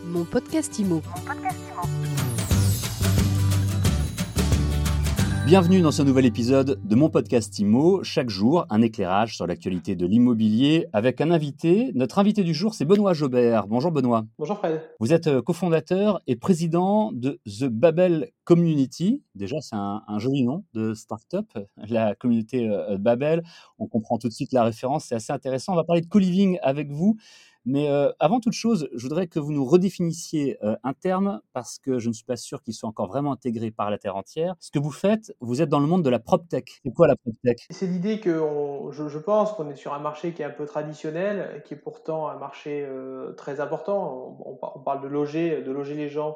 Mon podcast IMO. Bienvenue dans ce nouvel épisode de mon podcast IMO. Chaque jour, un éclairage sur l'actualité de l'immobilier avec un invité. Notre invité du jour, c'est Benoît Jobert. Bonjour Benoît. Bonjour Fred. Vous êtes cofondateur et président de The Babel Community. Déjà, c'est un joli nom de start-up, la communauté Babel. On comprend tout de suite la référence, c'est assez intéressant. On va parler de co-living avec vous. Mais avant toute chose, je voudrais que vous nous redéfinissiez un terme parce que je ne suis pas sûr qu'il soit encore vraiment intégré par la terre entière. Ce que vous faites, vous êtes dans le monde de la PropTech. C'est quoi la PropTech ? C'est l'idée que je pense qu'on est sur un marché qui est un peu traditionnel, qui est pourtant un marché très important. On parle de loger les gens.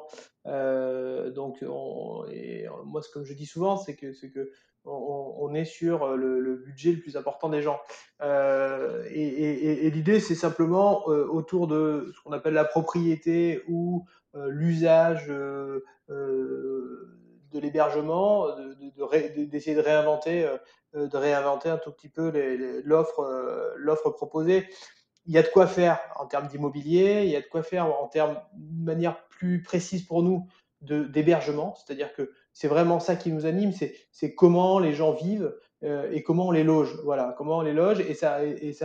Moi, ce que je dis souvent, c'est que on est sur le budget le plus important des gens. Et l'idée, c'est simplement autour de ce qu'on appelle la propriété ou l'usage de l'hébergement, d'essayer de réinventer un tout petit peu l'offre proposée. Il y a de quoi faire en termes d'immobilier, il y a de quoi faire en termes de manière plus précise pour nous d'hébergement, c'est-à-dire que c'est vraiment ça qui nous anime, c'est comment les gens vivent et comment on les loge. Voilà, comment on les loge et ça,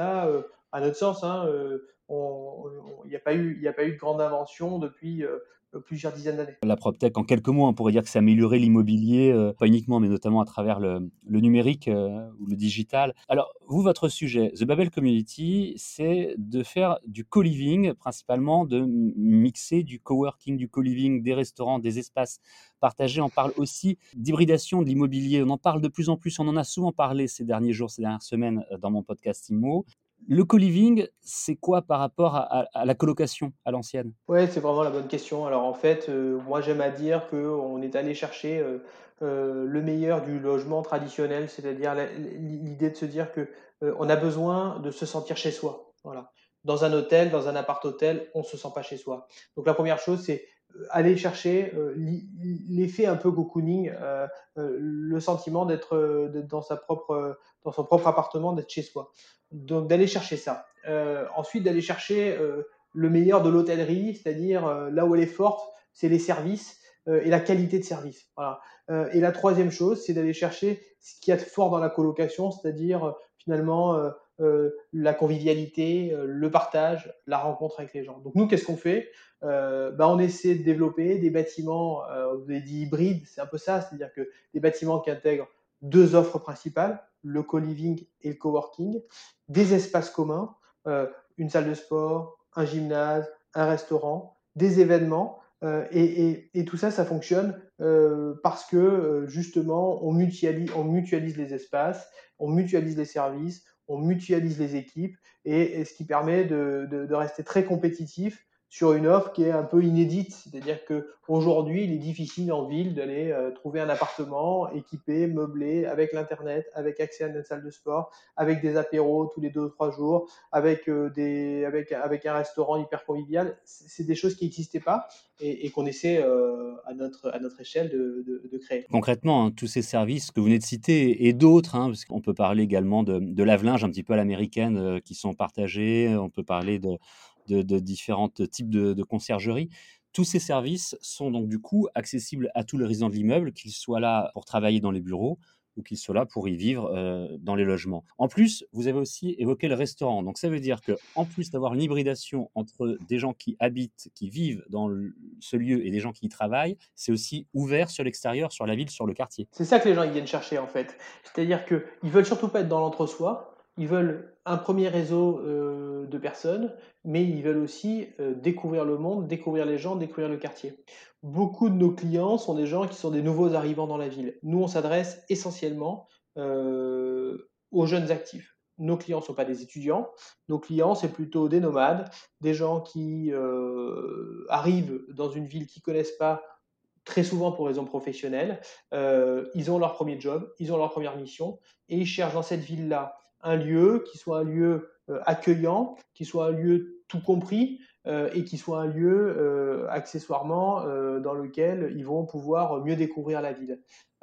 à notre sens, hein, il n'y a pas eu de grande invention depuis plusieurs dizaines d'années. La PropTech, en quelques mots, on pourrait dire que c'est améliorer l'immobilier, pas uniquement, mais notamment à travers le numérique ou le digital. Alors, vous, votre sujet, The Babel Community, c'est de faire du co-living, principalement de mixer du coworking, du co-living, des restaurants, des espaces partagés. On parle aussi d'hybridation de l'immobilier. On en parle de plus en plus. On en a souvent parlé ces derniers jours, ces dernières semaines dans mon podcast IMO. Le co-living, c'est quoi par rapport à la colocation à l'ancienne ? Ouais, c'est vraiment la bonne question. Alors en fait, moi j'aime à dire qu'on est allé chercher le meilleur du logement traditionnel, c'est-à-dire l'idée de se dire que on a besoin de se sentir chez soi. Voilà. Dans un hôtel, dans un appart-hôtel, on se sent pas chez soi. Donc la première chose, c'est aller chercher l'effet un peu cocooning, le sentiment d'être dans son propre appartement, d'être chez soi. Donc d'aller chercher ça. Ensuite, d'aller chercher le meilleur de l'hôtellerie, c'est-à-dire là où elle est forte, c'est les services et la qualité de service. Voilà. Et la troisième chose, c'est d'aller chercher ce qu'il y a de fort dans la colocation, c'est-à-dire finalement la convivialité, le partage, la rencontre avec les gens. Donc nous, qu'est-ce qu'on fait On essaie de développer des bâtiments, vous avez dit hybrides, c'est un peu ça, c'est-à-dire que des bâtiments qui intègrent deux offres principales, le co-living et le coworking, des espaces communs, une salle de sport, un gymnase, un restaurant, des événements. Et tout ça, ça fonctionne parce que justement, on mutualise les espaces, on mutualise les services, on mutualise les équipes, et ce qui permet de rester très compétitif sur une offre qui est un peu inédite. C'est-à-dire qu'aujourd'hui, il est difficile en ville d'aller trouver un appartement équipé, meublé, avec l'Internet, avec accès à une salle de sport, avec des apéros tous les 2 ou 3 jours, avec un restaurant hyper convivial. C'est des choses qui n'existaient pas et qu'on essaie à notre échelle de créer. Concrètement, tous ces services que vous venez de citer et d'autres, parce qu'on peut parler également de lave-linge un petit peu à l'américaine, qui sont partagés. On peut parler de différents types de conciergerie. Tous ces services sont donc du coup accessibles à tous les résidents de l'immeuble, qu'ils soient là pour travailler dans les bureaux ou qu'ils soient là pour y vivre dans les logements. En plus, vous avez aussi évoqué le restaurant. Donc ça veut dire qu'en plus d'avoir une hybridation entre des gens qui habitent, qui vivent dans ce lieu et des gens qui y travaillent, c'est aussi ouvert sur l'extérieur, sur la ville, sur le quartier. C'est ça que les gens ils viennent chercher en fait. C'est-à-dire qu'ils veulent surtout pas être dans l'entre-soi, ils veulent un premier réseau de personnes, mais ils veulent aussi découvrir le monde, découvrir les gens, découvrir le quartier. Beaucoup de nos clients sont des gens qui sont des nouveaux arrivants dans la ville. Nous, on s'adresse essentiellement aux jeunes actifs. Nos clients ne sont pas des étudiants, nos clients, c'est plutôt des nomades, des gens qui arrivent dans une ville qu'ils ne connaissent pas, très souvent pour raisons professionnelles. Ils ont leur premier job, ils ont leur première mission, et ils cherchent dans cette ville-là un lieu qui soit un lieu accueillant, qui soit un lieu tout compris, et qui soit un lieu accessoirement dans lequel ils vont pouvoir mieux découvrir la ville.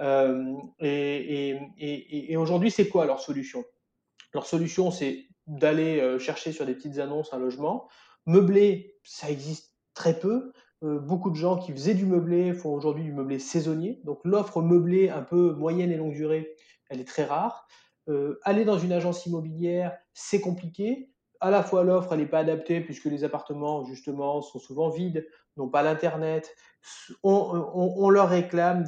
Et aujourd'hui, c'est quoi leur solution? Leur solution, c'est d'aller chercher sur des petites annonces un logement. Meublé, ça existe très peu. Beaucoup de gens qui faisaient du meublé font aujourd'hui du meublé saisonnier. Donc l'offre meublée un peu moyenne et longue durée, elle est très rare. Aller dans une agence immobilière, c'est compliqué. À la fois l'offre, elle n'est pas adaptée puisque les appartements, justement, sont souvent vides, n'ont pas l'internet. On leur réclame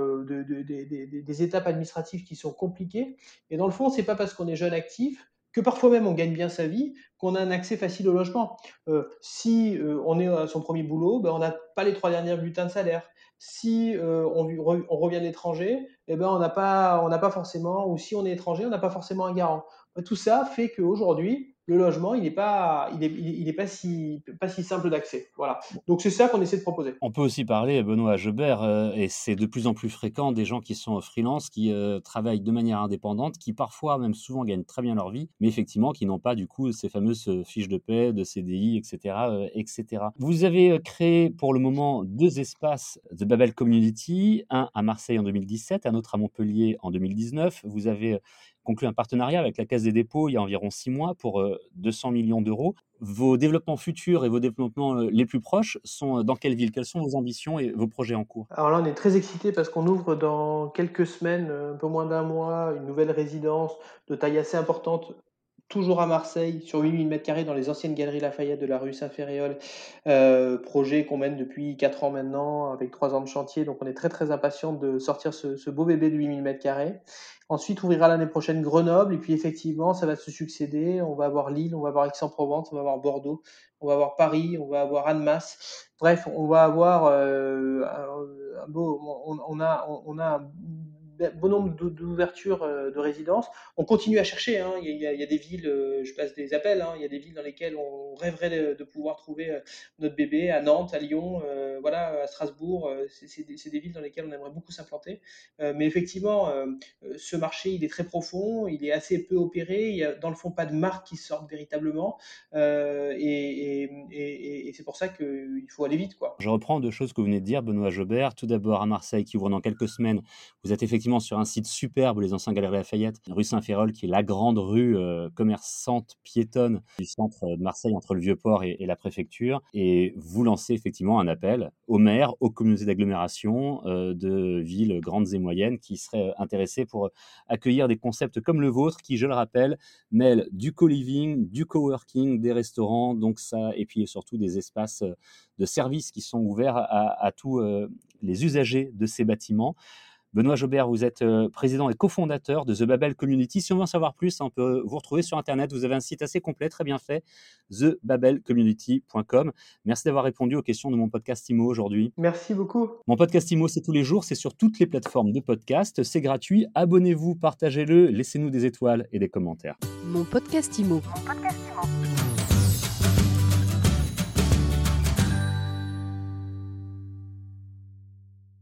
des étapes administratives qui sont compliquées. Et dans le fond, c'est pas parce qu'on est jeune actif que parfois même on gagne bien sa vie qu'on a un accès facile au logement. Si on est à son premier boulot, ben, on n'a pas les 3 derniers bulletins de salaire. Si on revient de l'étranger, eh ben, on n'a pas forcément, ou si on est étranger, on n'a pas forcément un garant. Tout ça fait qu'aujourd'hui, le logement, il est pas si simple d'accès. Voilà. Donc c'est ça qu'on essaie de proposer. On peut aussi parler, Benoît Hagebaert, et c'est de plus en plus fréquent, des gens qui sont freelance, qui, travaillent de manière indépendante, qui parfois, même souvent, gagnent très bien leur vie, mais effectivement qui n'ont pas du coup ces fameuses, fiches de paie, de CDI et cetera, et cetera. Vous avez, créé pour le moment 2 espaces The Babel Community, un à Marseille en 2017, un autre à Montpellier en 2019. Vous avez, conclu un partenariat avec la Caisse des dépôts il y a environ 6 mois pour, 200 millions d'euros. Vos développements futurs et vos développements, les plus proches sont, dans quelle ville? Quelles sont vos ambitions et vos projets en cours? Alors là, on est très excités parce qu'on ouvre dans quelques semaines, un peu moins d'un mois, une nouvelle résidence de taille assez importante, toujours à Marseille, sur 8000 m² dans les anciennes Galeries Lafayette de la rue Saint-Ferréol. Projet qu'on mène depuis 4 ans maintenant, avec 3 ans de chantier. Donc on est très, très impatients de sortir ce beau bébé de 8000 m². Ensuite, ouvrira l'année prochaine Grenoble et puis effectivement, ça va se succéder. On va avoir Lille, on va avoir Aix-en-Provence, on va avoir Bordeaux, on va avoir Paris, on va avoir Annemasse. Bref, on va avoir un beau, on a un bon nombre d'ouvertures de résidences. On continue à chercher, hein. Il y a des villes, je passe des appels, hein. Il y a des villes dans lesquelles on rêverait de pouvoir trouver notre bébé, à Nantes, à Lyon, voilà, à Strasbourg. C'est des villes dans lesquelles on aimerait beaucoup s'implanter. Mais effectivement, ce marché, il est très profond, il est assez peu opéré. Il n'y a dans le fond pas de marques qui sortent véritablement. Et c'est pour ça qu'il faut aller vite, quoi. Je reprends 2 choses que vous venez de dire, Benoît Hagebaert. Tout d'abord, à Marseille, qui ouvre dans quelques semaines. Vous êtes effectivement sur un site superbe, les anciens Galeries Lafayette, rue Saint-Ferréol, qui est la grande rue, commerçante piétonne du centre, de Marseille, entre le Vieux-Port et la préfecture. Et vous lancez effectivement un appel aux maires, aux communautés d'agglomération, de villes grandes et moyennes qui seraient, intéressées pour, accueillir des concepts comme le vôtre qui, je le rappelle, mêlent du co-living, du coworking, des restaurants, donc ça, et puis surtout des espaces, de services qui sont ouverts à tous les usagers de ces bâtiments. Benoît Hagebaert, vous êtes président et cofondateur de The Babel Community. Si on veut en savoir plus, on peut vous retrouver sur Internet. Vous avez un site assez complet, très bien fait, thebabelcommunity.com. Merci d'avoir répondu aux questions de mon podcast IMO aujourd'hui. Merci beaucoup. Mon podcast IMO, c'est tous les jours, c'est sur toutes les plateformes de podcast, c'est gratuit. Abonnez-vous, partagez-le, laissez-nous des étoiles et des commentaires. Mon podcast IMO.